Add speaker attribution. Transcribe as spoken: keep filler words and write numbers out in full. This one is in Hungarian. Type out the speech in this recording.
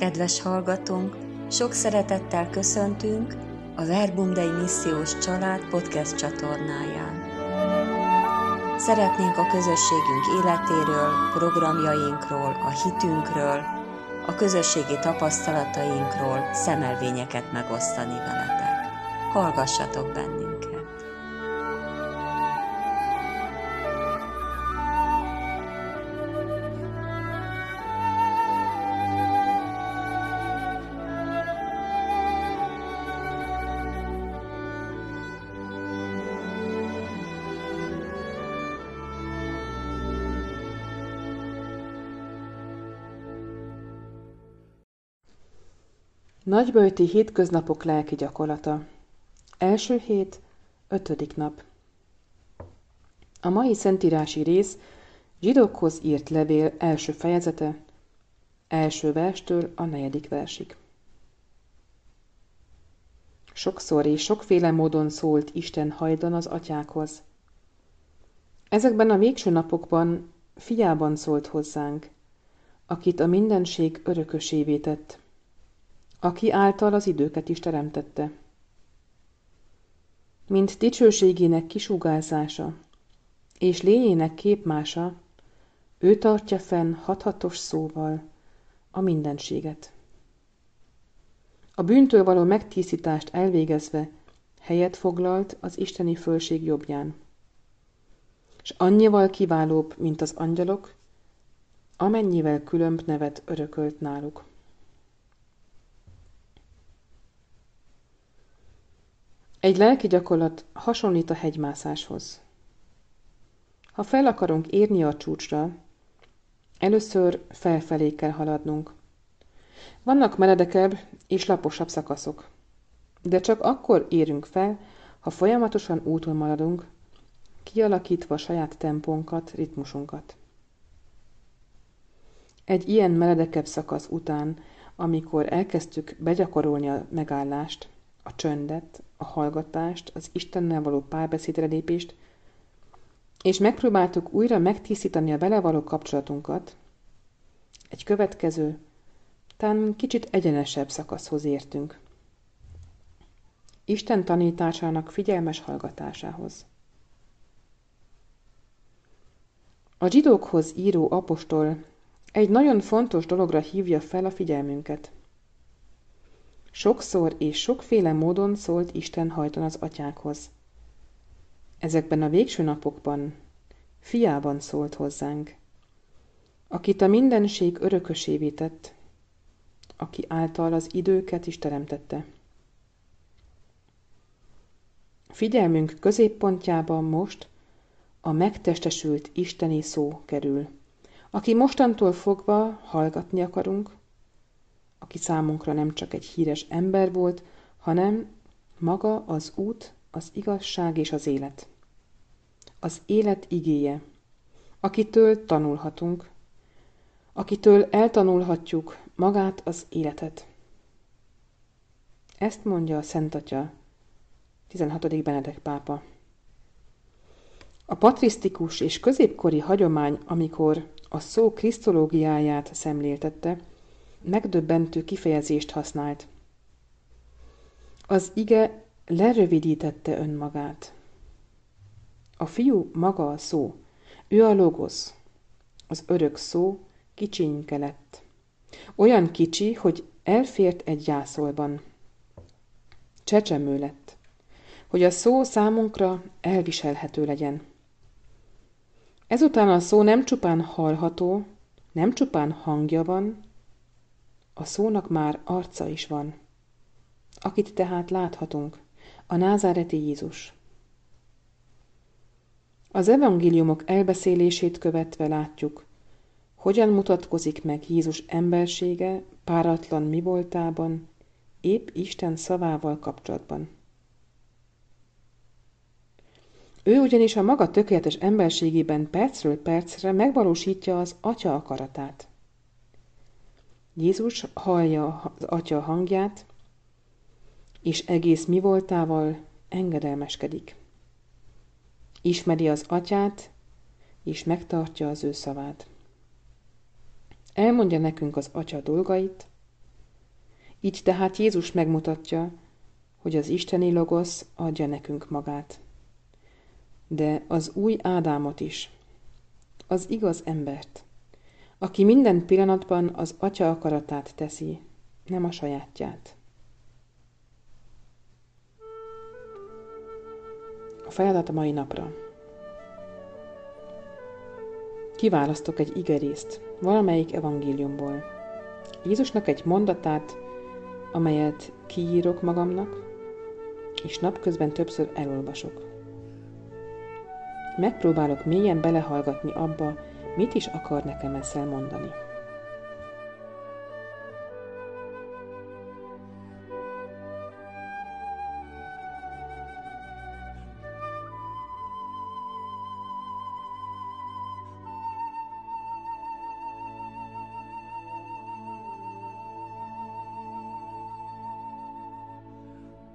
Speaker 1: Kedves hallgatónk, sok szeretettel köszöntünk a Verbum Dei Missziós Család podcast csatornáján. Szeretnénk a közösségünk életéről, programjainkról, a hitünkről, a közösségi tapasztalatainkról szemelvényeket megosztani veletek. Hallgassatok bennünket!
Speaker 2: Nagyböjti hétköznapok lelki gyakorlata. Első hét, ötödik nap. A mai szentírási rész zsidókhoz írt levél első fejezete, első verstől a negyedik versig. Sokszor és sokféle módon szólt Isten hajdan az atyákhoz. Ezekben a végső napokban fiában szólt hozzánk, akit a mindenség örökösévé tett, aki által az időket is teremtette. Mint dicsőségének kisugárzása és lényének képmása, ő tartja fenn hathatos szóval a mindenséget. A bűntől való megtisztítást elvégezve helyet foglalt az isteni fölség jobbján, és annyival kiválóbb, mint az angyalok, amennyivel különb nevet örökölt náluk. Egy lelki gyakorlat hasonlít a hegymászáshoz. Ha fel akarunk érni a csúcsra, először felfelé kell haladnunk. Vannak meredekebb és laposabb szakaszok, de csak akkor érünk fel, ha folyamatosan úton maradunk, kialakítva saját tempónkat, ritmusunkat. Egy ilyen meredekebb szakasz után, amikor elkezdtük begyakorolni a megállást, a csöndet, a hallgatást, az Istennel való párbeszédre lépést, és megpróbáltuk újra megtisztítani a vele való kapcsolatunkat, egy következő, talán kicsit egyenesebb szakaszhoz értünk. Isten tanításának figyelmes hallgatásához. A zsidókhoz író apostol egy nagyon fontos dologra hívja fel a figyelmünket. Sokszor és sokféle módon szólt Isten hajdan az atyákhoz. Ezekben a végső napokban fiában szólt hozzánk, akit a mindenség örökösévé tett, aki által az időket is teremtette. Figyelmünk középpontjában most a megtestesült isteni szó kerül, aki mostantól fogva hallgatni akarunk, aki számunkra nem csak egy híres ember volt, hanem maga az út, az igazság és az élet. Az élet igéje, akitől tanulhatunk, akitől eltanulhatjuk magát az életet. Ezt mondja a Szent Atya, tizenhatodik Benedek pápa. A patrisztikus és középkori hagyomány, amikor a szó krisztológiáját szemléltette, megdöbbentő kifejezést használt. Az ige lerövidítette önmagát. A fiú maga a szó, ő a logosz, az örök szó kicsinyke lett. Olyan kicsi, hogy elfért egy jászolban. Csecsemő lett, hogy a szó számunkra elviselhető legyen. Ezután a szó nem csupán hallható, nem csupán hangja van, a szónak már arca is van, akit tehát láthatunk, a názáreti Jézus. Az evangéliumok elbeszélését követve látjuk, hogyan mutatkozik meg Jézus embersége páratlan mivoltában, épp Isten szavával kapcsolatban. Ő ugyanis a maga tökéletes emberségében percről percre megvalósítja az Atya akaratát. Jézus hallja az Atya hangját, és egész mivoltával engedelmeskedik. Ismeri az Atyát, és megtartja az ő szavát. Elmondja nekünk az Atya dolgait, Így tehát Jézus megmutatja, hogy az isteni logosz adja nekünk magát. De az új Ádámot is, az igaz embert, aki minden pillanatban az Atya akaratát teszi, nem a sajátját. A feladat a mai napra. Kiválasztok egy igerészt valamelyik evangéliumból. Jézusnak egy mondatát, amelyet kiírok magamnak, és napközben többször elolvasok. Megpróbálok mélyen belehallgatni abba, mit is akar nekem ezzel mondani.